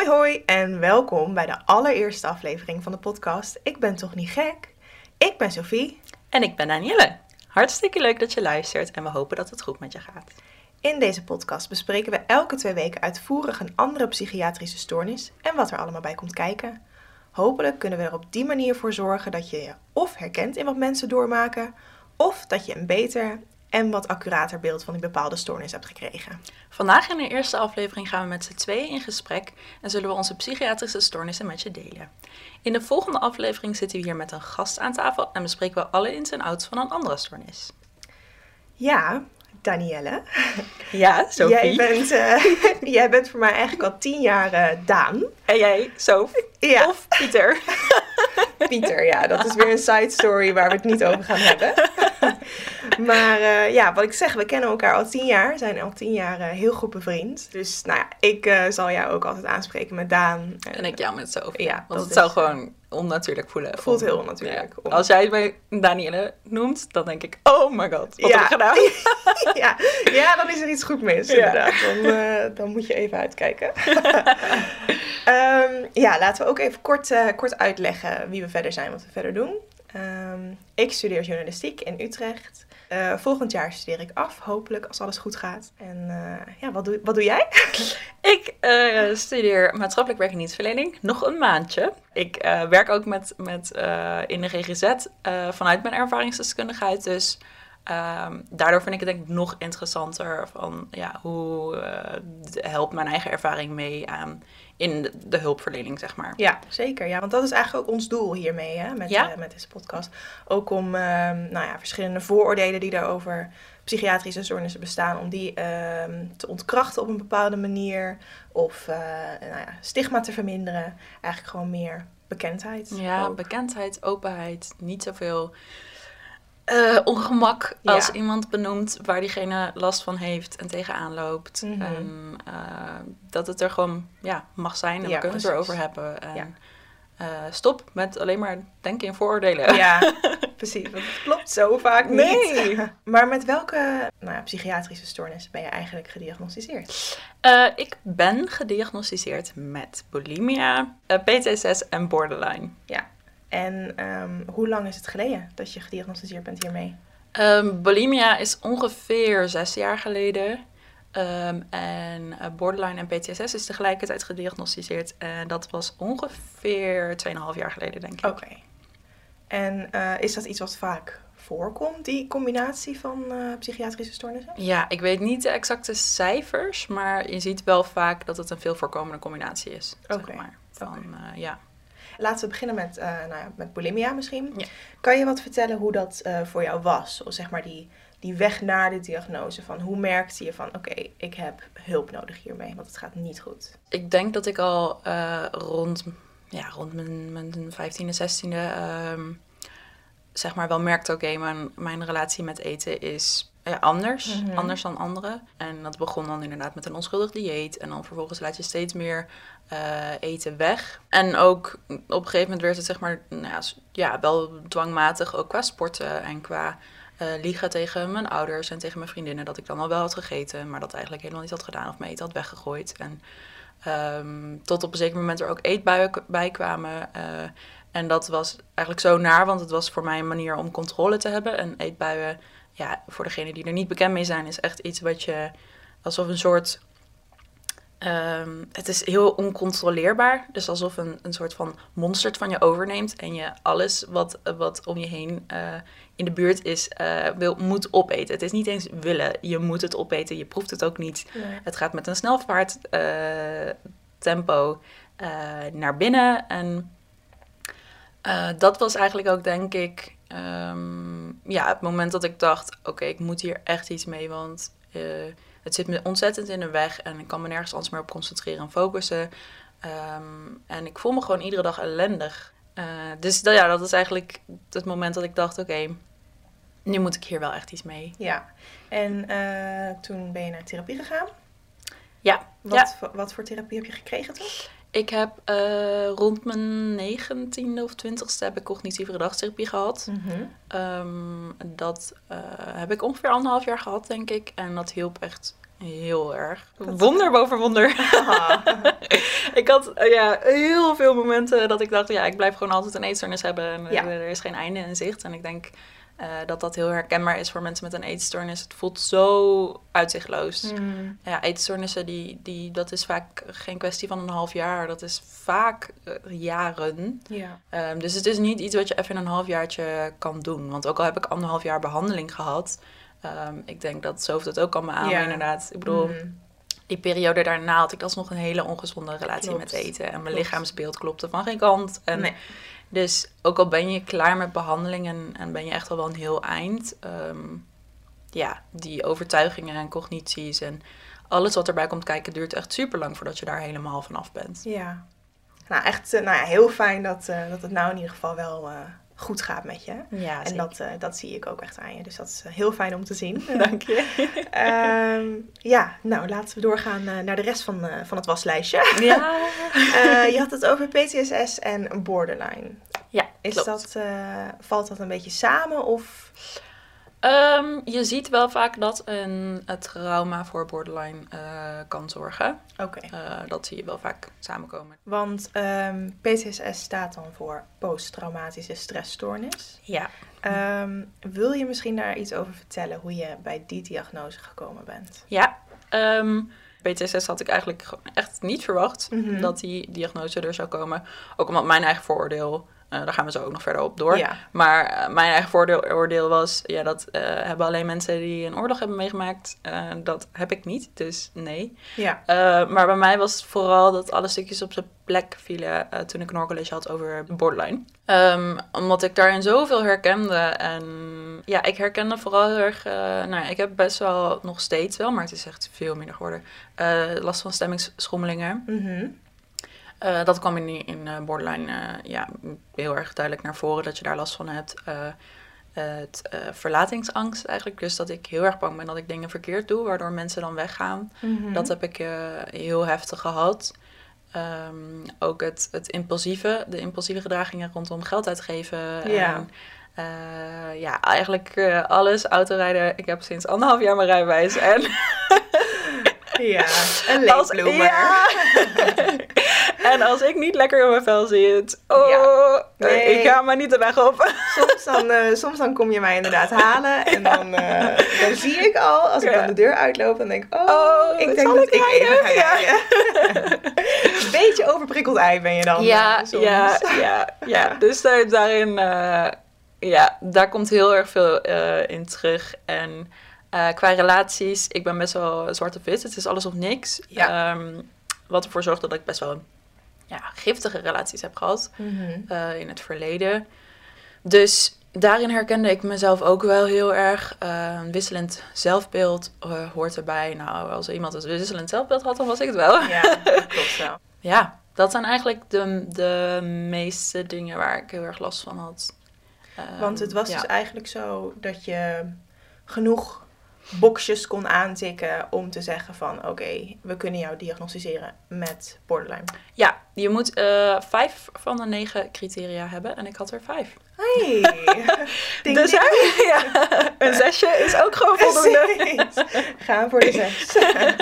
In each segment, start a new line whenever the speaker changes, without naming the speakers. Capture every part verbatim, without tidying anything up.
Hoi hoi en welkom bij de allereerste aflevering van de podcast Ik ben toch niet gek? Ik ben Sophie.
En ik ben Danielle. Hartstikke leuk dat je luistert en we hopen dat het goed met je gaat.
In deze podcast bespreken we elke twee weken uitvoerig een andere psychiatrische stoornis en wat er allemaal bij komt kijken. Hopelijk kunnen we er op die manier voor zorgen dat je je of herkent in wat mensen doormaken, of dat je een beter en wat accurater beeld van die bepaalde stoornis hebt gekregen.
Vandaag in de eerste aflevering gaan we met z'n tweeën in gesprek en zullen we onze psychiatrische stoornissen met je delen. In de volgende aflevering zitten we hier met een gast aan tafel en bespreken we alle ins en outs van een andere stoornis.
Ja, Danielle.
Ja, Sophie.
Jij bent, uh, jij bent voor mij eigenlijk al tien jaar uh, Daan.
En jij, Sof?
Ja.
Of Pieter?
Pieter, ja, dat is weer een side story waar we het niet over gaan hebben. Maar uh, ja, wat ik zeg, we kennen elkaar al tien jaar, zijn al tien jaar uh, heel goed bevriend. Dus nou ja, ik uh, zal jou ook altijd aanspreken met Daan.
En ik jou met Sof.
Ja,
want het
is,
zou gewoon onnatuurlijk voelen.
Voelt heel onnatuurlijk.
Ja. Als jij mij Danielle noemt, dan denk ik, oh my god, wat
ja.
heb ik gedaan?
ja. ja, dan is er iets goed mis, ja. inderdaad. Dan, uh, dan moet je even uitkijken. um, ja, laten we ook even kort, uh, kort uitleggen wie we verder zijn, wat we verder doen. Um, ik studeer journalistiek in Utrecht. Uh, volgend jaar studeer ik af, hopelijk, als alles goed gaat. En uh, ja, wat doe, wat doe jij?
Ik uh, studeer maatschappelijk werk en dienstverlening, nog een maandje. Ik uh, werk ook met, met, uh, in de G G Z uh, vanuit mijn ervaringsdeskundigheid. Dus uh, daardoor vind ik het denk ik nog interessanter van ja, hoe uh, helpt mijn eigen ervaring mee aan in de, de hulpverlening, zeg maar.
Ja, zeker. Ja, want dat is eigenlijk ook ons doel hiermee, hè, met,
ja?
uh, met deze podcast. Ook om uh, nou ja, verschillende vooroordelen die er over psychiatrische stoornissen bestaan, om die uh, te ontkrachten op een bepaalde manier. Of uh, nou ja, stigma te verminderen. Eigenlijk gewoon meer bekendheid.
Ja,
ook.
bekendheid, openheid, niet zoveel Uh, ongemak
ja.
als iemand benoemt waar diegene last van heeft en tegenaan loopt.
Mm-hmm.
En uh, dat het er gewoon ja, mag zijn en
ja,
we kunnen
precies.
het erover hebben. En
ja.
uh, stop met alleen maar denken in vooroordelen.
Ja, precies. Want het klopt zo vaak niet.
Nee.
Maar met welke nou ja, psychiatrische stoornis ben je eigenlijk gediagnosticeerd?
Uh, ik ben gediagnosticeerd met bulimia, uh, P T S S en borderline.
Ja. En um, hoe lang is het geleden dat je gediagnosticeerd bent hiermee?
Um, bulimia is ongeveer zes jaar geleden. Um, en uh, borderline en P T S S is tegelijkertijd gediagnosticeerd. En dat was ongeveer twee en een half jaar geleden, denk ik.
Oké. Okay. En uh, is dat iets wat vaak voorkomt, die combinatie van uh, psychiatrische stoornissen?
Ja, ik weet niet de exacte cijfers, maar je ziet wel vaak dat het een veel voorkomende combinatie is.
Oké.
Zeg maar. Van,
okay.
uh, ja.
Laten we beginnen met, uh, nou ja, met bulimia misschien.
Ja.
Kan je wat vertellen hoe dat uh, voor jou was? Of zeg maar die, die weg naar de diagnose. Van hoe merkte je van oké, okay, ik heb hulp nodig hiermee, want het gaat niet goed.
Ik denk dat ik al uh, rond, ja, rond mijn, mijn vijftiende, zestiende um, zeg maar wel merkte oké, okay, mijn, mijn relatie met eten is ja, anders. Mm-hmm. Anders dan anderen. En dat begon dan inderdaad met een onschuldig dieet. En dan vervolgens laat je steeds meer uh, eten weg. En ook op een gegeven moment werd het zeg maar nou ja, ja, wel dwangmatig ook qua sporten en qua uh, liegen tegen mijn ouders en tegen mijn vriendinnen. Dat ik dan al wel had gegeten, maar dat eigenlijk helemaal niet had gedaan of mijn eten had weggegooid. En um, tot op een zeker moment er ook eetbuien bij kwamen. Uh, en dat was eigenlijk zo naar, want het was voor mij een manier om controle te hebben. En eetbuien, ja, voor degenen die er niet bekend mee zijn, is echt iets wat je alsof een soort Um, het is heel oncontroleerbaar. Dus alsof een, een soort van monster het van je overneemt. En je alles wat, wat om je heen uh, in de buurt is, uh, wil, moet opeten. Het is niet eens willen. Je moet het opeten. Je proeft het ook niet. Nee. Het gaat met een snelvaart uh, tempo uh, naar binnen. En uh, dat was eigenlijk ook, denk ik, um, ja, het moment dat ik dacht, oké, okay, ik moet hier echt iets mee, want Uh, het zit me ontzettend in de weg en ik kan me nergens anders meer op concentreren en focussen. Um, en ik voel me gewoon iedere dag ellendig. Uh, dus dat, ja, dat is eigenlijk het moment dat ik dacht, oké, okay, nu moet ik hier wel echt iets mee.
Ja, en uh, toen ben je naar therapie gegaan?
Ja.
Wat,
ja.
Voor, wat voor therapie heb je gekregen toen?
Ik heb uh, rond mijn negentiende of twintigste heb ik cognitieve gedragstherapie gehad. Mm-hmm. Um, dat uh, heb ik ongeveer anderhalf jaar gehad, denk ik. En dat hielp echt Heel erg. Wonder boven wonder.
Ah.
Ik had uh, ja, heel veel momenten dat ik dacht, ja, ik blijf gewoon altijd een eetstoornis hebben. En
Ja.
er is geen einde in zicht. En ik denk uh, dat dat heel herkenbaar is voor mensen met een eetstoornis. Het voelt zo uitzichtloos.
Mm.
Ja, eetstoornissen, die, die, dat is vaak geen kwestie van een half jaar. Dat is vaak uh, jaren.
Ja.
Um, dus het is niet iets wat je even in een halfjaartje kan doen. Want ook al heb ik anderhalf jaar behandeling gehad... Um, ik denk dat Sof dat ook kan beamen,
Ja.
inderdaad. Ik bedoel, mm. die periode daarna had ik alsnog een hele ongezonde relatie Klopt. met eten. En mijn Klopt. lichaamsbeeld klopte van geen kant. En
nee.
Dus ook al ben je klaar met behandeling en, en ben je echt al wel een heel eind... Um, ja, die overtuigingen en cognities en alles wat erbij komt kijken... duurt echt super lang voordat je daar helemaal vanaf bent.
Ja, nou echt uh, nou ja, heel fijn dat, uh, dat het nou in ieder geval wel... Uh... goed gaat met je.
Ja,
en dat, uh, dat zie ik ook echt aan je. Dus dat is uh, heel fijn om te zien.
Dank je.
um, ja, nou laten we doorgaan uh, naar de rest van, uh, van het waslijstje.
Ja.
uh, je had het over P T S S en borderline.
Ja,
Is
klopt.
dat, uh, valt dat een beetje samen of...
Um, je ziet wel vaak dat een, een trauma voor borderline uh, kan zorgen.
Oké. Okay.
Uh, dat zie je wel vaak samenkomen.
Want um, P T S S staat dan voor posttraumatische stressstoornis.
Ja.
Um, wil je misschien daar iets over vertellen, hoe je bij die diagnose gekomen bent?
Ja. Um, P T S S had ik eigenlijk echt niet verwacht
mm-hmm.
dat die diagnose er zou komen. Ook omdat mijn eigen vooroordeel... Uh, daar gaan we zo ook nog verder op door. Ja. Maar uh, mijn eigen vooroordeel was... ja, dat uh, hebben alleen mensen die een oorlog hebben meegemaakt. Uh, dat heb ik niet, dus nee.
Ja.
Uh, maar bij mij was het vooral dat alle stukjes op zijn plek vielen... Uh, toen ik een hoorcollege had over borderline. Um, omdat ik daarin zoveel herkende. En ja, ik herkende vooral heel erg... Uh, nou ja, ik heb best wel nog steeds wel... maar het is echt veel minder geworden... Uh, last van stemmingsschommelingen.
Mm-hmm.
Uh, dat kwam in, in uh, borderline uh, ja, heel erg duidelijk naar voren dat je daar last van hebt. Uh, uh, het uh, verlatingsangst eigenlijk. Dus dat ik heel erg bang ben dat ik dingen verkeerd doe, waardoor mensen dan weggaan.
Mm-hmm.
Dat heb ik uh, heel heftig gehad. Um, ook het, het impulsieve, de impulsieve gedragingen rondom geld uitgeven.
Ja.
En, uh, ja, eigenlijk uh, alles, autorijden. Ik heb sinds anderhalf jaar mijn rijbewijs en...
Ja, een leefbloemer.
Ja. En als ik niet lekker in mijn vel zit, oh, ja. nee. ik ga maar niet de weg op.
Soms dan, uh, soms dan kom je mij inderdaad halen en ja. dan, uh, dan zie ik al, als ik ja. dan de deur uitloop, dan denk ik, oh, oh ik denk dat ik, ik even ga rijden. Een beetje overprikkeld ei ben je dan.
Ja,
uh, soms.
ja, ja, ja. Dus daar, daarin, uh, ja, daar komt heel erg veel uh, in terug. En uh, qua relaties, ik ben best wel zwart of wit. Het is alles of niks.
Ja.
Um, wat ervoor zorgt dat ik best wel ja, giftige relaties heb gehad
mm-hmm.
uh, in het verleden. Dus daarin herkende ik mezelf ook wel heel erg. Uh, een wisselend zelfbeeld uh, hoort erbij. Nou, als iemand een wisselend zelfbeeld had, dan was ik het wel.
Ja, dat klopt wel.
Ja, dat zijn eigenlijk de, de meeste dingen waar ik heel erg last van had.
Um, Want het was
ja.
dus eigenlijk zo dat je genoeg boxjes kon aantikken om te zeggen van oké, okay, we kunnen jou diagnosticeren met borderline.
Ja, je moet uh, vijf van de negen criteria hebben en ik had er vijf.
Hey! ding,
dus
ding.
Ja, een zesje is ook gewoon voldoende.
Gaan voor de zes.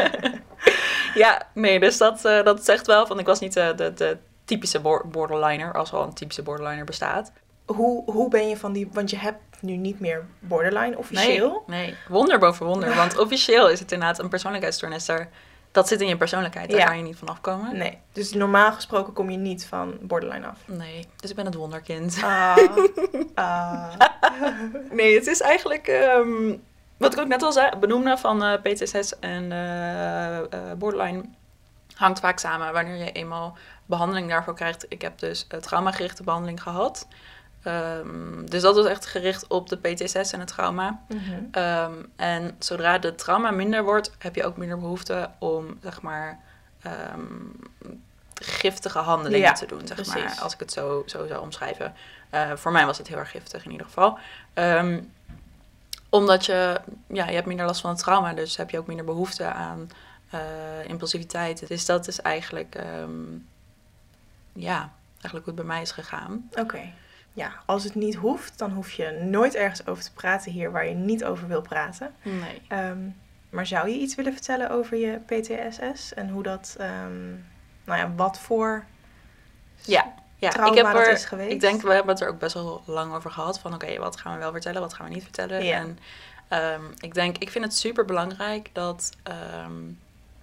Ja, nee, dus dat, uh, dat zegt wel van ik was niet uh, de, de typische borderliner, als wel een typische borderliner bestaat.
Hoe, hoe ben je van die, want je hebt nu niet meer borderline officieel?
Nee, nee. Wonder boven wonder, want officieel is het inderdaad een persoonlijkheidsstoornis. Daar, dat zit in je persoonlijkheid, daar ja. kan je niet van afkomen.
Nee, dus normaal gesproken kom je niet van borderline af?
Nee, dus ik ben het wonderkind.
Ah. ah.
Nee, het is eigenlijk, um, wat ik ook net al zei, benoemde van uh, P T S S en uh, uh, borderline hangt vaak samen wanneer je eenmaal behandeling daarvoor krijgt. Ik heb dus uh, traumagerichte behandeling gehad. Um, dus dat was echt gericht op de P T S S en het trauma.
Mm-hmm.
Um, en zodra de trauma minder wordt, heb je ook minder behoefte om, zeg maar, um, giftige handelingen
ja,
te doen, zeg
precies.
maar. Als ik het zo, zo zou omschrijven. Uh, voor mij was het heel erg giftig in ieder geval. Um, omdat je, ja, je hebt minder last van het trauma, dus heb je ook minder behoefte aan uh, impulsiviteit. Dus dat is eigenlijk, um, ja, eigenlijk hoe het bij mij is gegaan.
Oké. Okay. Ja, als het niet hoeft, dan hoef je nooit ergens over te praten hier waar je niet over wil praten.
Nee.
Um, maar zou je iets willen vertellen over je P T S S? En hoe dat, um, nou ja, wat voor
ja, ja.
trauma
ik heb
dat
er,
is geweest?
Ik denk, we hebben het er ook best wel lang over gehad. Van oké, okay, wat gaan we wel vertellen, wat gaan we niet vertellen?
Ja.
En um, ik denk, ik vind het super belangrijk dat... Um,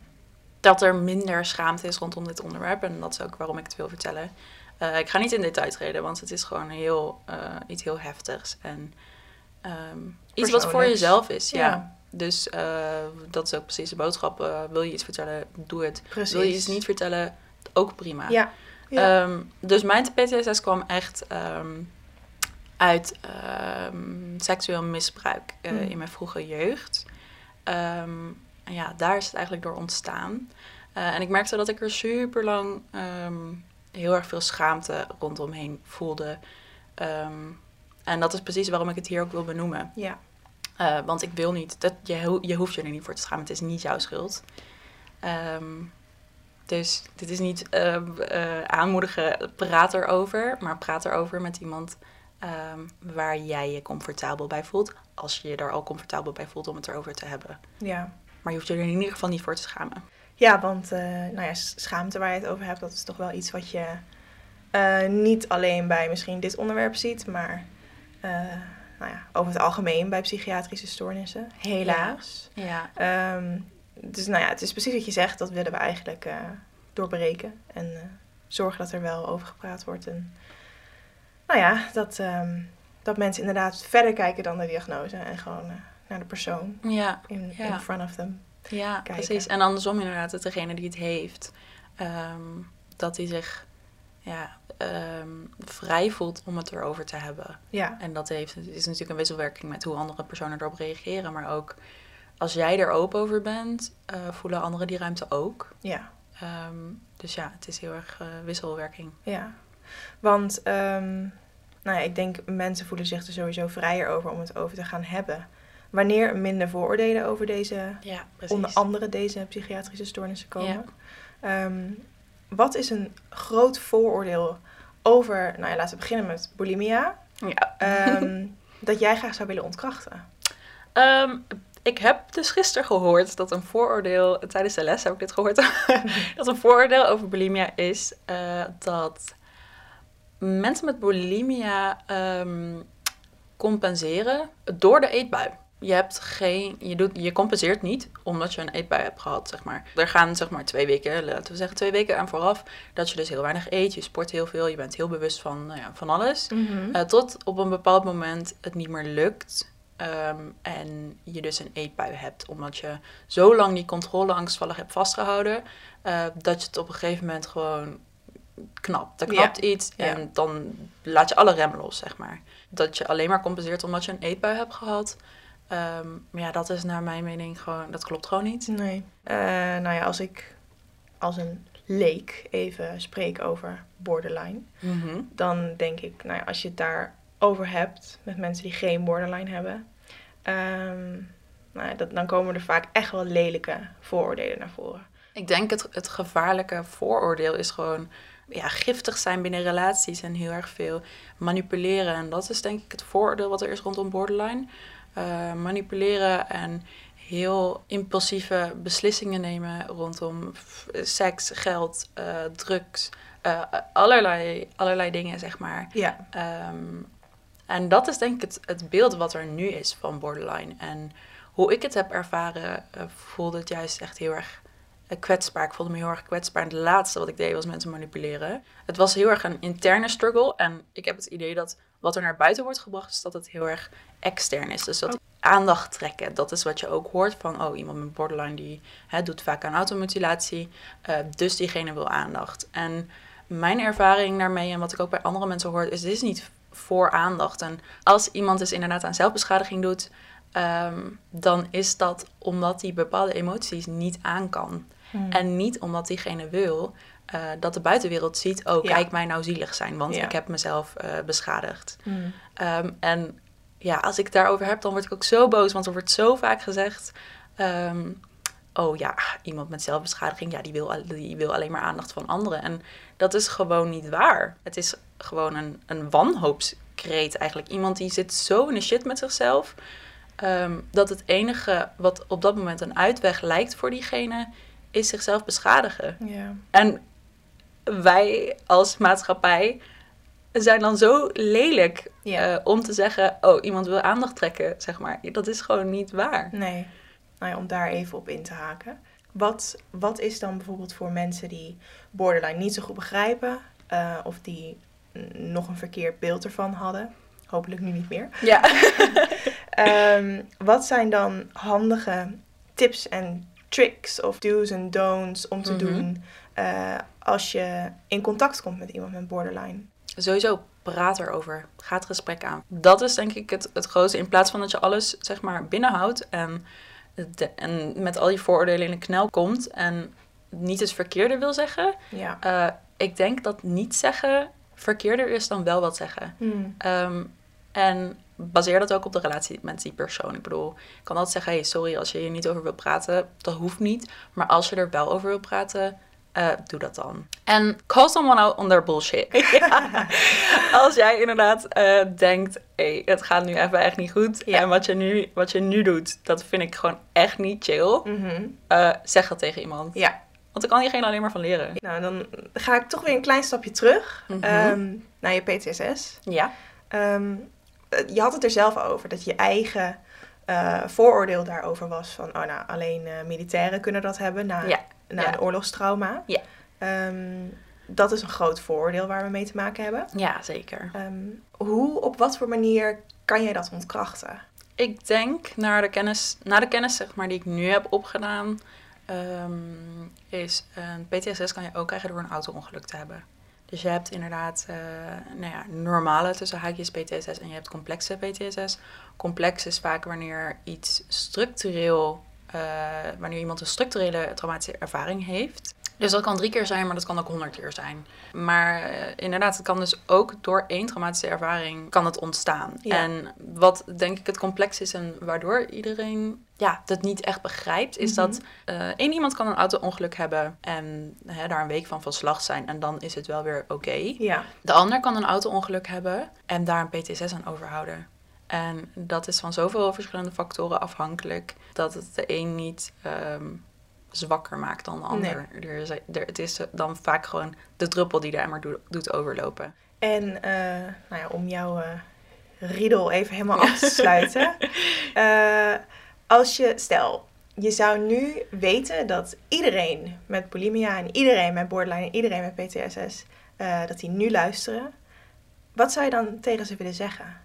dat er minder schaamte is rondom dit onderwerp. En dat is ook waarom ik het wil vertellen. Uh, ik ga niet in detail treden, want het is gewoon heel, uh, iets heel heftigs. En um, iets wat voor jezelf is, ja. ja. Dus uh, dat is ook precies de boodschap. Uh, wil je iets vertellen, doe het. Precies. Wil je iets niet vertellen, ook prima.
Ja. Ja.
Um, dus mijn P T S S kwam echt um, uit um, seksueel misbruik uh, mm. in mijn vroege jeugd. Um, En ja, daar is het eigenlijk door ontstaan. Uh, en ik merkte dat ik er super lang um, heel erg veel schaamte rondomheen voelde. Um, en dat is precies waarom ik het hier ook wil benoemen.
Ja.
Uh, want ik wil niet, dat, je, je hoeft je er niet voor te schamen. Het is niet jouw schuld. Um, dus dit is niet uh, uh, aanmoedigen, praat erover. Maar praat erover met iemand um, waar jij je comfortabel bij voelt. Als je je er al comfortabel bij voelt om het erover te hebben.
Ja.
Maar je hoeft je er in ieder geval niet voor te schamen.
Ja, want uh, nou ja, schaamte waar je het over hebt, dat is toch wel iets wat je uh, niet alleen bij misschien dit onderwerp ziet, maar uh, nou ja, over het algemeen bij psychiatrische stoornissen. Helaas.
Ja. ja.
Um, dus nou ja, het is precies wat je zegt, dat willen we eigenlijk uh, doorbreken. En uh, zorgen dat er wel over gepraat wordt. En nou ja, dat, um, dat mensen inderdaad verder kijken dan de diagnose en gewoon... Uh, naar de persoon
ja,
in,
ja.
in front of them
Ja,
kijken.
Precies. En andersom inderdaad, dat degene die het heeft, um, dat hij zich ja, um, vrij voelt om het erover te hebben.
Ja.
En dat heeft, is natuurlijk een wisselwerking met hoe andere personen erop reageren. Maar ook als jij er open over bent, uh, voelen anderen die ruimte ook.
Ja.
Um, dus ja, het is heel erg uh, wisselwerking.
Ja, want um, nou ja, ik denk mensen voelen zich er sowieso vrijer over om het over te gaan hebben. Wanneer minder vooroordelen over deze,
ja,
onder andere deze psychiatrische stoornissen komen. Ja. Um, wat is een groot vooroordeel over, nou ja, laten we beginnen met bulimia,
ja.
um, dat jij graag zou willen ontkrachten?
Um, ik heb dus gisteren gehoord dat een vooroordeel, tijdens de les heb ik dit gehoord, dat een vooroordeel over bulimia is uh, dat mensen met bulimia um, compenseren door de eetbui. Je hebt geen, je doet, je compenseert niet omdat je een eetbui hebt gehad, zeg maar. Er gaan zeg maar twee weken, laten we zeggen twee weken aan vooraf, dat je dus heel weinig eet, je sport heel veel, je bent heel bewust van, nou ja, van alles.
Mm-hmm.
Uh, tot op een bepaald moment het niet meer lukt um, en je dus een eetbui hebt, omdat je zo lang die controle angstvallig hebt vastgehouden, uh, dat je het op een gegeven moment gewoon knapt. Er knapt ja. iets en ja. dan laat je alle rem los, zeg maar. Dat je alleen maar compenseert omdat je een eetbui hebt gehad. Um, maar ja, dat is naar mijn mening gewoon, dat klopt gewoon niet.
Nee. Uh, nou ja, als ik als een leek even spreek over borderline,
Mm-hmm.
dan denk ik, nou ja, als je het daarover hebt met mensen die geen borderline hebben, um, nou ja, dat, dan komen er vaak echt wel lelijke vooroordelen naar voren.
Ik denk het, het gevaarlijke vooroordeel is gewoon ja, giftig zijn binnen relaties en heel erg veel manipuleren. En dat is denk ik het vooroordeel wat er is rondom borderline. Uh, manipuleren en heel impulsieve beslissingen nemen rondom f- seks, geld, uh, drugs, uh, allerlei, allerlei dingen, zeg maar.
Ja.
Um, en dat is denk ik het, het beeld wat er nu is van borderline. En hoe ik het heb ervaren, uh, voelde het juist echt heel erg uh, kwetsbaar. Ik voelde me heel erg kwetsbaar. En het laatste wat ik deed was mensen manipuleren. Het was heel erg een interne struggle. En ik heb het idee dat wat er naar buiten wordt gebracht, is dat het heel erg extern is. Dus dat oh. aandacht trekken, dat is wat je ook hoort van, oh, iemand met borderline die hè, doet vaak aan automutilatie, uh, dus diegene wil aandacht. En mijn ervaring daarmee en wat ik ook bij andere mensen hoor, is dit is niet voor aandacht. En als iemand dus inderdaad aan zelfbeschadiging doet, um, dan is dat omdat hij bepaalde emoties niet aan kan. Hmm. En niet omdat diegene wil Uh, dat de buitenwereld ziet, oh, ja. kijk mij nou zielig zijn, want ja. ik heb mezelf uh, beschadigd. Mm. Um, en ja, als ik het daarover heb, dan word ik ook zo boos, want er wordt zo vaak gezegd, um, oh ja, iemand met zelfbeschadiging, ja, die wil, die wil alleen maar aandacht van anderen. En dat is gewoon niet waar. Het is gewoon een, een wanhoopskreet eigenlijk. Iemand die zit zo in de shit met zichzelf, Um, dat het enige wat op dat moment een uitweg lijkt voor diegene, is zichzelf beschadigen.
Ja.
En wij als maatschappij zijn dan zo lelijk
Ja.
uh, om te zeggen, oh, iemand wil aandacht trekken, zeg maar. Dat is gewoon niet waar.
Nee. Nou ja, om daar even op in te haken. Wat, wat is dan bijvoorbeeld voor mensen die borderline niet zo goed begrijpen, uh, of die n- nog een verkeerd beeld ervan hadden? Hopelijk nu niet meer.
Ja.
um, wat zijn dan handige tips en tricks of do's en don'ts om te mm-hmm. doen uh, als je in contact komt met iemand met borderline?
Sowieso, praat erover. Ga het gesprek aan. Dat is denk ik het, het grootste. In plaats van dat je alles zeg maar binnenhoudt en, de, en met al je vooroordelen in een knel komt en niet het verkeerde wil zeggen.
Ja.
Uh, ik denk dat niet zeggen verkeerder is dan wel wat zeggen.
Mm.
Um, en baseer dat ook op de relatie met die persoon. Ik bedoel, ik kan altijd zeggen, hey, sorry als je hier niet over wil praten. Dat hoeft niet. Maar als je er wel over wil praten, uh, doe dat dan. En call someone out on their bullshit. Ja. Als jij inderdaad uh, denkt, hey, het gaat nu even echt niet goed. Ja. En wat je, nu, wat je nu doet, dat vind ik gewoon echt niet chill.
Mm-hmm.
Uh, zeg dat tegen iemand.
Ja.
Want dan kan diegene alleen maar van leren.
Nou, dan ga ik toch weer een klein stapje terug.
Mm-hmm.
Um, naar je P T S S.
Ja.
Um, je had het er zelf over, dat je eigen uh, vooroordeel daarover was. Van, oh nou, alleen uh, militairen kunnen dat hebben na,
ja.
na
ja.
een oorlogstrauma.
Ja.
Um, dat is een groot vooroordeel waar we mee te maken hebben.
Ja, zeker.
Um, hoe, op wat voor manier kan jij dat ontkrachten?
Ik denk, naar de kennis, naar de kennis zeg maar, die ik nu heb opgedaan, um, is een P T S S kan je ook krijgen door een auto-ongeluk te hebben. Dus je hebt inderdaad uh, nou ja, normale tussen haakjes P T S S en je hebt complexe P T S S. Complex is vaak wanneer iets structureel, uh, wanneer iemand een structurele traumatische ervaring heeft. Dus dat kan drie keer zijn, maar dat kan ook honderd keer zijn. Maar uh, inderdaad, het kan dus ook door één traumatische ervaring kan het ontstaan. Ja. En wat denk ik het complex is en waardoor iedereen ja, dat niet echt begrijpt, is mm-hmm. dat uh, één iemand kan een auto-ongeluk hebben en hè, daar een week van van slag zijn en dan is het wel weer oké. Okay.
Ja.
De ander kan een auto-ongeluk hebben en daar een P T S S aan overhouden. En dat is van zoveel verschillende factoren afhankelijk dat het de een niet Um, zwakker maakt dan de ander. Nee. Er is, er, het is dan vaak gewoon de druppel die de emmer do, doet overlopen.
En uh, nou ja, om jouw uh, riedel even helemaal af te sluiten. uh, als je, stel, je zou nu weten dat iedereen met bulimia en iedereen met borderline en iedereen met P T S S, uh, dat die nu luisteren. Wat zou je dan tegen ze willen zeggen?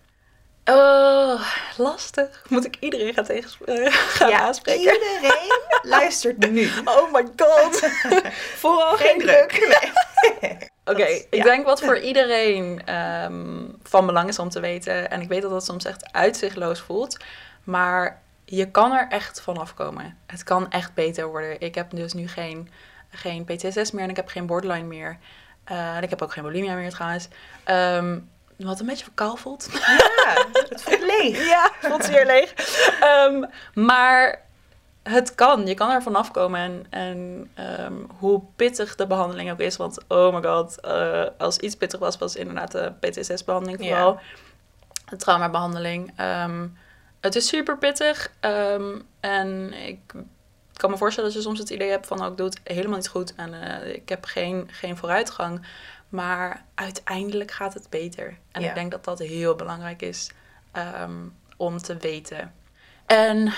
Oh, lastig. Moet ik iedereen gaan, tegen, uh, gaan
ja,
aanspreken?
Iedereen luistert nu.
Oh my god. Vooral geen, geen druk. Nee. Oké, okay, ik ja. denk wat voor iedereen um, van belang is om te weten. En ik weet dat dat soms echt uitzichtloos voelt. Maar je kan er echt vanaf komen. Het kan echt beter worden. Ik heb dus nu geen, geen P T S S meer en ik heb geen borderline meer. Uh, en ik heb ook geen bulimia meer trouwens. Um, Wat een beetje kaal voelt.
Ja, het voelt leeg.
Ja, het voelt zeer leeg. Um, maar het kan. Je kan er vanaf komen. En, en um, hoe pittig de behandeling ook is. Want oh my god, uh, als iets pittig was, was inderdaad de P T S S-behandeling vooral. Ja. De traumabehandeling. Um, het is super pittig. Um, en ik kan me voorstellen dat je soms het idee hebt van, oh, ik doe het helemaal niet goed. En uh, ik heb geen, geen vooruitgang. Maar uiteindelijk gaat het beter. En ja. ik denk dat dat heel belangrijk is um, om te weten. En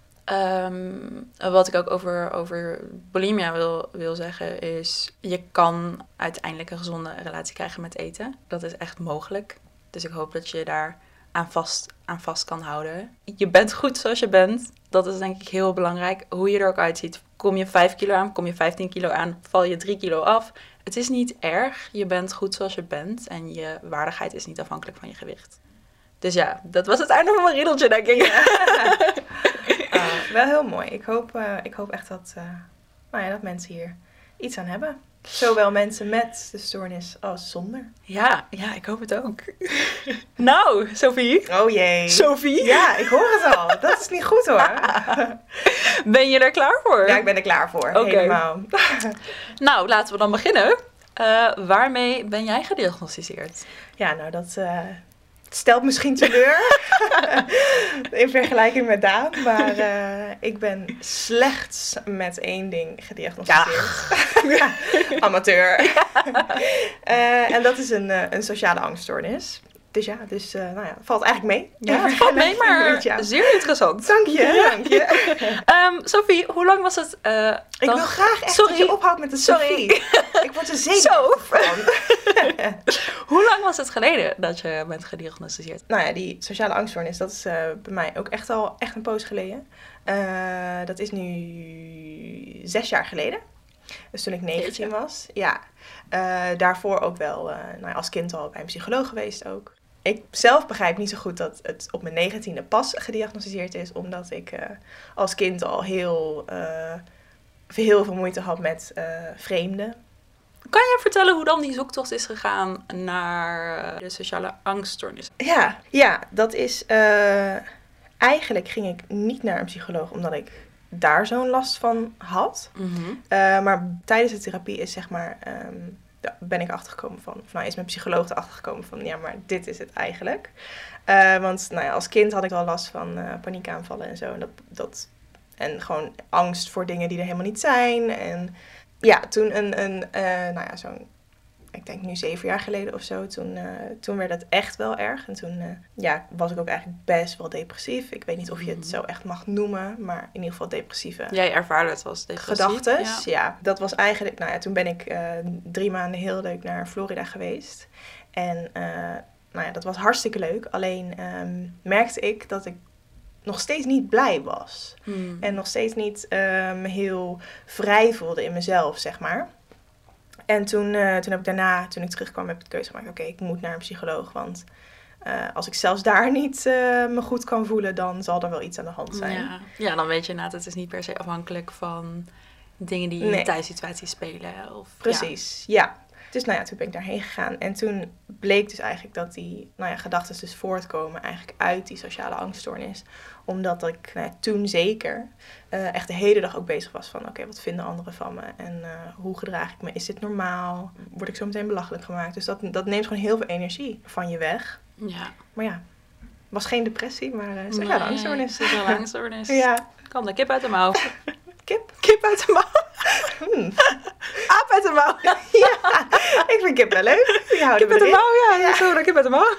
um, wat ik ook over, over bulimia wil, wil zeggen is, je kan uiteindelijk een gezonde relatie krijgen met eten. Dat is echt mogelijk. Dus ik hoop dat je daar aan vast, aan vast kan houden. Je bent goed zoals je bent. Dat is denk ik heel belangrijk. Hoe je er ook uitziet. Kom je vijf kilo aan, kom je vijftien kilo aan, val je drie kilo af. Het is niet erg. Je bent goed zoals je bent. En je waardigheid is niet afhankelijk van je gewicht. Dus ja, dat was het einde van mijn riedeltje, denk ik. Ja.
uh, wel heel mooi. Ik hoop, uh, ik hoop echt dat, uh, nou ja, dat mensen hier iets aan hebben. Zowel mensen met de stoornis als zonder.
Ja, ja, ik hoop het ook. Nou, Sophie.
Oh jee.
Sophie.
Ja, ik hoor het al. Dat is niet goed hoor.
Ben je er klaar voor?
Ja, ik ben er klaar voor.
Okay.
Helemaal.
Nou, laten we dan beginnen. Uh, waarmee ben jij gediagnosticeerd?
Ja, nou dat uh, stelt misschien teleur in vergelijking met Daan. Maar uh, ik ben slechts met één ding gediagnosticeerd. Ja. Amateur. Ja. uh, en dat is een, uh, een sociale angststoornis. Dus ja, dus uh, nou ja, valt eigenlijk mee.
Ja, het valt mee, maar ja. Zeer interessant.
Dank je, ja. dank je.
um, Sophie, hoe lang was het? Uh,
ik wil graag echt Sorry. dat je ophoudt met de Sophie. Ik word er zenuwachtig van.
Hoe lang was het geleden dat je bent gediagnosticeerd?
Nou ja, die sociale angststoornis, dat is uh, bij mij ook echt al echt een poos geleden. Uh, dat is nu zes jaar geleden. Dus toen ik negentien was. Ja. Uh, daarvoor ook wel uh, nou ja, als kind al bij een psycholoog geweest ook. Ik zelf begrijp niet zo goed dat het op mijn negentiende pas gediagnosticeerd is. Omdat ik uh, als kind al heel, uh, heel veel moeite had met uh, vreemden.
Kan je vertellen hoe dan die zoektocht is gegaan naar de sociale angststoornis?
Ja, ja dat is... Uh, eigenlijk ging ik niet naar een psycholoog omdat ik daar zo'n last van had. Mm-hmm. Uh, maar tijdens de therapie is zeg maar... Um, ben ik achtergekomen van... Of nou is mijn psycholoog erachter gekomen van... Ja, maar dit is het eigenlijk. Uh, want nou ja, als kind had ik al last van uh, paniekaanvallen en zo. En, dat, dat, en gewoon angst voor dingen die er helemaal niet zijn. En ja, toen een... een uh, nou ja, zo'n... Ik denk nu zeven jaar geleden of zo. Toen, uh, toen werd het echt wel erg. En toen uh, ja, was ik ook eigenlijk best wel depressief. Ik weet niet of je het zo echt mag noemen. Maar in ieder geval depressieve...
Jij ervaarde het als depressief.
Gedachtes, ja. ja. Dat was eigenlijk... Nou ja, toen ben ik uh, drie maanden heel leuk naar Florida geweest. En uh, nou ja, dat was hartstikke leuk. Alleen um, merkte ik dat ik nog steeds niet blij was. Hmm. En nog steeds niet um, heel vrij voelde in mezelf, zeg maar. En toen, uh, toen heb ik daarna, toen ik terugkwam, heb ik de keuze gemaakt. Oké, okay, ik moet naar een psycholoog. Want uh, als ik zelfs daar niet uh, me goed kan voelen, dan zal er wel iets aan de hand zijn.
Ja, ja dan weet je inderdaad, het is niet per se afhankelijk van dingen die in nee. thuissituaties spelen. Of,
Precies, ja. ja. Dus nou ja, toen ben ik daarheen gegaan. En toen bleek dus eigenlijk dat die nou ja, gedachten dus voortkomen eigenlijk uit die sociale angststoornis. Omdat ik nou ja, toen zeker uh, echt de hele dag ook bezig was van... Oké, okay, wat vinden anderen van me? En uh, hoe gedraag ik me? Is dit normaal? Word ik zo meteen belachelijk gemaakt? Dus dat, dat neemt gewoon heel veel energie van je weg.
Ja.
Maar ja, was geen depressie, maar uh, sociale nee, angststoornis.
Sociale angststoornis.
Ja.
Kan de kip uit de mouw.
Kip? Kip uit de mouw. Hmm. Aap uit de mouw. Ja, ik vind kip wel leuk.
Kip uit de mouw, ja. ja. Zo, kip uit de mouw.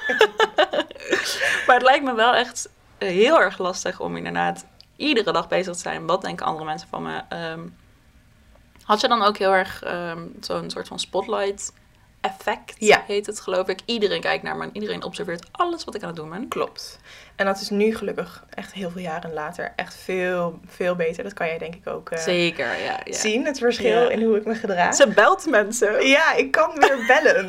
Maar het lijkt me wel echt heel erg lastig om inderdaad iedere dag bezig te zijn. Wat denken andere mensen van me? Um, had je dan ook heel erg um, zo'n soort van spotlight effect,
ja.
heet het geloof ik. Iedereen kijkt naar me en iedereen observeert alles wat ik aan het doen ben.
Klopt. En dat is nu gelukkig echt heel veel jaren later echt veel, veel beter. Dat kan jij denk ik ook uh,
Zeker, ja, ja.
zien, het verschil ja. in hoe ik me gedraag.
Ze belt mensen.
Ja, ik kan weer bellen.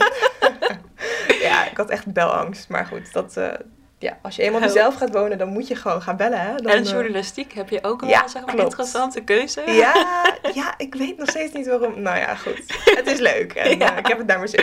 Ja, ik had echt belangst. Maar goed, dat... Uh, Ja, als je eenmaal zelf gaat wonen, dan moet je gewoon gaan bellen. Hè? Dan,
en journalistiek, heb je ook al ja, zeg maar, een interessante keuze?
Ja, ja, ik weet nog steeds niet waarom. Nou ja, goed. Het is leuk en ja. uh, ik heb het naar mijn zin.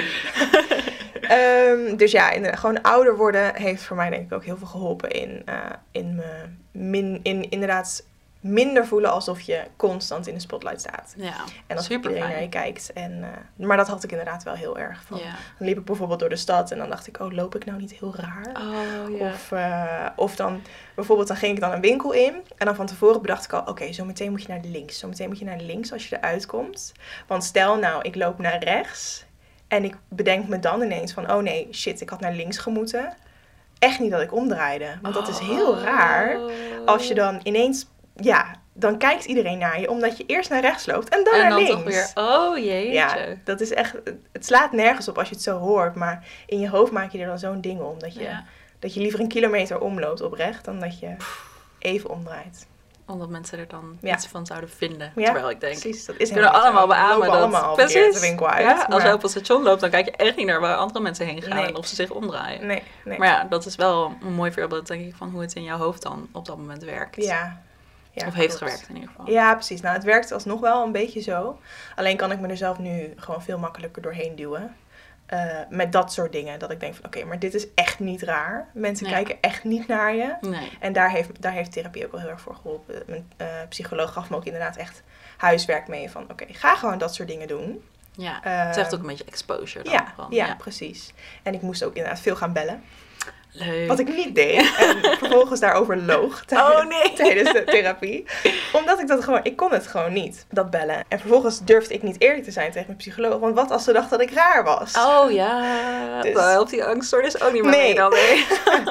um, dus ja, in, gewoon ouder worden heeft voor mij denk ik ook heel veel geholpen in, uh, in me min, in inderdaad minder voelen alsof je constant in de spotlight staat.
Ja,
en als
super
iedereen
fijn.
naar je kijkt. En, uh, maar dat had ik inderdaad wel heel erg. Van,
ja.
Dan liep ik bijvoorbeeld door de stad en dan dacht ik, oh, loop ik nou niet heel raar?
Oh, ja.
Of, uh, of dan, bijvoorbeeld, dan ging ik dan een winkel in en dan van tevoren bedacht ik al, oké, okay, zo meteen moet je naar links. Zo meteen moet je naar links als je eruit komt. Want stel nou, ik loop naar rechts en ik bedenk me dan ineens van, oh nee, shit, ik had naar links gemoeten. Echt niet dat ik omdraaide. Want dat is heel raar als je dan ineens, ja... Dan kijkt iedereen naar je, omdat je eerst naar rechts loopt en dan
en
naar
dan
links.
Toch weer, oh jeetje.
Ja, dat is echt, het slaat nergens op als je het zo hoort, maar in je hoofd maak je er dan zo'n ding om. Dat je, ja. dat je liever een kilometer omloopt oprecht, dan dat je even omdraait.
Omdat mensen er dan
ja.
iets van zouden vinden.
Ja,
terwijl ik denk,
precies, dat is
kunnen allemaal beamen dat
allemaal
precies.
De winkel uit,
ja,
maar...
als je op het station loopt, dan kijk je echt niet naar waar andere mensen heen gaan
nee.
en of ze zich omdraaien.
Nee, nee.
Maar ja, dat is wel een mooi voorbeeld, denk ik, van hoe het in jouw hoofd dan op dat moment werkt.
Ja. Ja,
of heeft
klopt.
gewerkt in ieder geval.
Ja, precies. Nou, het werkt alsnog wel een beetje zo. Alleen kan ik me er zelf nu gewoon veel makkelijker doorheen duwen. Uh, met dat soort dingen. Dat ik denk van, oké, okay, maar dit is echt niet raar. Mensen nee. kijken echt niet naar je.
Nee.
En daar heeft, daar heeft therapie ook wel heel erg voor geholpen. Mijn uh, psycholoog gaf me ook inderdaad echt huiswerk mee. Van, oké, okay, ga gewoon dat soort dingen doen.
Ja, uh, het heeft ook een beetje exposure dan.
Ja,
van,
ja,
ja,
precies. En ik moest ook inderdaad veel gaan bellen.
Leuk.
Wat ik niet deed. En vervolgens daarover loog tijdens,
Oh, nee.
tijdens de therapie. Omdat ik dat gewoon... Ik kon het gewoon niet, dat bellen. En vervolgens durfde ik niet eerlijk te zijn tegen mijn psycholoog. Want wat als ze dacht dat ik raar was?
Oh ja,
Dus-
daar helpt die angststoornis ook niet meer
Nee.
mee dan. Nee.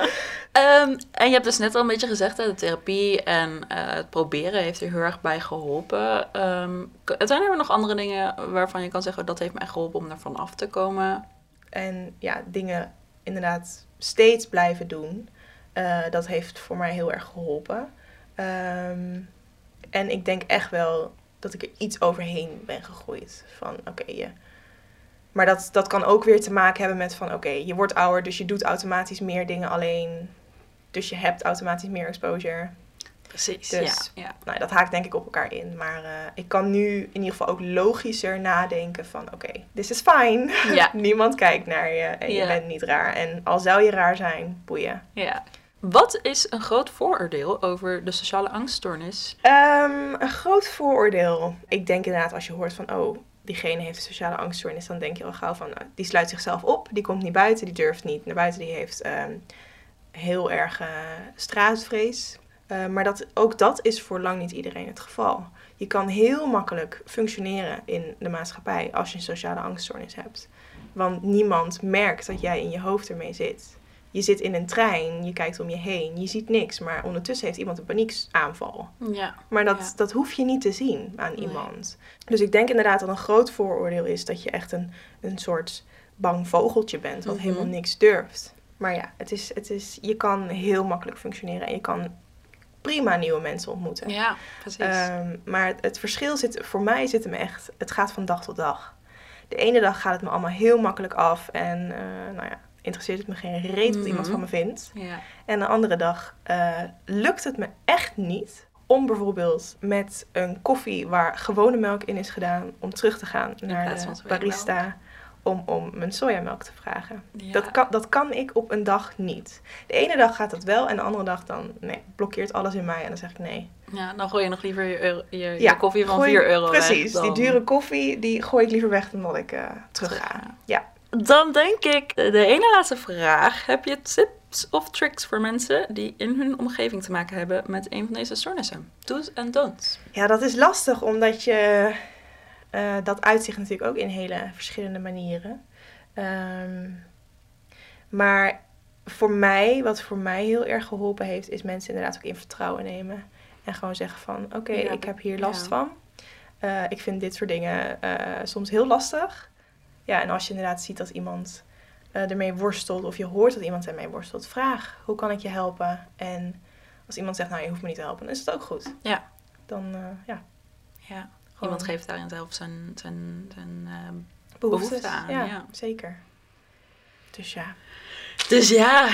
Ehm, en je hebt dus net al een beetje gezegd, hè, de therapie en eh, het proberen heeft er heel erg bij geholpen. Um, zijn er nog andere dingen waarvan je kan zeggen, dat heeft me echt geholpen om ervan af te komen?
En ja, dingen inderdaad steeds blijven doen. Uh, dat heeft voor mij heel erg geholpen. Um, en ik denk echt wel dat ik er iets overheen ben gegroeid. Van oké, okay, je... Maar dat, dat kan ook weer te maken hebben met van oké, okay, je wordt ouder, dus je doet automatisch meer dingen alleen. Dus je hebt automatisch meer exposure.
Precies,
dus,
ja. ja.
Nou, dat haakt denk ik op elkaar in. Maar uh, ik kan nu in ieder geval ook logischer nadenken van oké, okay, this is fine.
Ja.
Niemand kijkt naar je en
ja.
je bent niet raar. En al zou je raar zijn, boeien.
Ja. Wat is een groot vooroordeel over de sociale angststoornis?
Um, een groot vooroordeel. Ik denk inderdaad als je hoort van oh, diegene heeft een sociale angststoornis, dan denk je al gauw van nou, die sluit zichzelf op, die komt niet buiten, die durft niet naar buiten, die heeft um, heel erg uh, straatvrees. Uh, maar dat, ook dat is voor lang niet iedereen het geval. Je kan heel makkelijk functioneren in de maatschappij als je een sociale angststoornis hebt. Want niemand merkt dat jij in je hoofd ermee zit. Je zit in een trein, je kijkt om je heen, je ziet niks, maar ondertussen heeft iemand een paniekaanval.
Ja.
Maar dat,
ja.
dat hoef je niet te zien aan
Nee.
iemand. Dus ik denk inderdaad dat een groot vooroordeel is dat je echt een, een soort bang vogeltje bent, wat mm-hmm. helemaal niks durft. Maar ja, het is, het is, je kan heel makkelijk functioneren en je kan prima nieuwe mensen ontmoeten.
Ja, precies.
Um, maar het, het verschil zit, voor mij zit hem echt, het gaat van dag tot dag. De ene dag gaat het me allemaal heel makkelijk af en uh, nou ja, interesseert het me geen reet wat
Mm-hmm.
iemand van me vindt.
Ja.
En de andere dag uh, lukt het me echt niet om bijvoorbeeld met een koffie waar gewone melk in is gedaan, om terug te gaan naar de barista om, om mijn sojamelk te vragen. Ja. Dat, kan, dat kan ik op een dag niet. De ene dag gaat dat wel en de andere dag dan nee, blokkeert alles in mij en dan zeg ik nee.
Ja, dan gooi je nog liever je, euro, je,
ja,
je koffie van
gooi,
vier euro
precies,
weg. Precies,
die dure koffie die gooi ik liever weg dan dat ik uh, terug, terug ga. Ja. ja.
Dan denk ik, de ene laatste vraag. Heb je tips of tricks voor mensen die in hun omgeving te maken hebben met een van deze stoornissen? Do's en don'ts.
Ja, dat is lastig, omdat je... Uh, dat uitzicht natuurlijk ook in hele verschillende manieren. Um, maar voor mij, wat voor mij heel erg geholpen heeft, is mensen inderdaad ook in vertrouwen nemen. En gewoon zeggen van, oké, okay, ja, ik heb hier last ja. van. Uh, ik vind dit soort dingen uh, soms heel lastig. Ja, en als je inderdaad ziet dat iemand uh, ermee worstelt, of je hoort dat iemand ermee worstelt, vraag, hoe kan ik je helpen? En als iemand zegt, nou, je hoeft me niet te helpen, dan is het ook goed.
Ja.
Dan, uh, ja.
Ja, iemand geeft daarin zelf zijn, zijn, zijn uh,
behoeftes
behoefte aan.
Ja,
ja,
zeker. Dus ja.
Dus ja,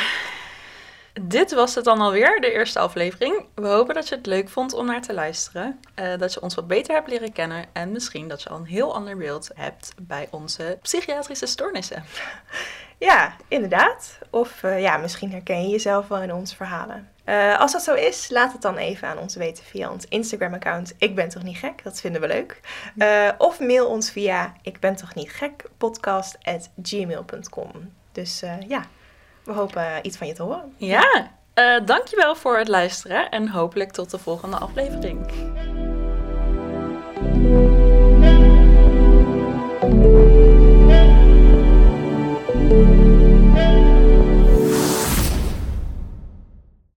dit was het dan alweer, de eerste aflevering. We hopen dat je het leuk vond om naar te luisteren. Uh, dat je ons wat beter hebt leren kennen. En misschien dat je al een heel ander beeld hebt bij onze psychiatrische stoornissen.
Ja, inderdaad. Of uh, ja, misschien herken je jezelf wel in onze verhalen. Uh, als dat zo is, laat het dan even aan ons weten via ons Instagram-account. Ik ben toch niet gek? Dat vinden we leuk. Uh, of mail ons via ik ben toch niet gek podcast at gmail dot com. Dus uh, ja, we hopen uh, iets van je te horen.
Ja, uh, dankjewel voor het luisteren en hopelijk tot de volgende aflevering.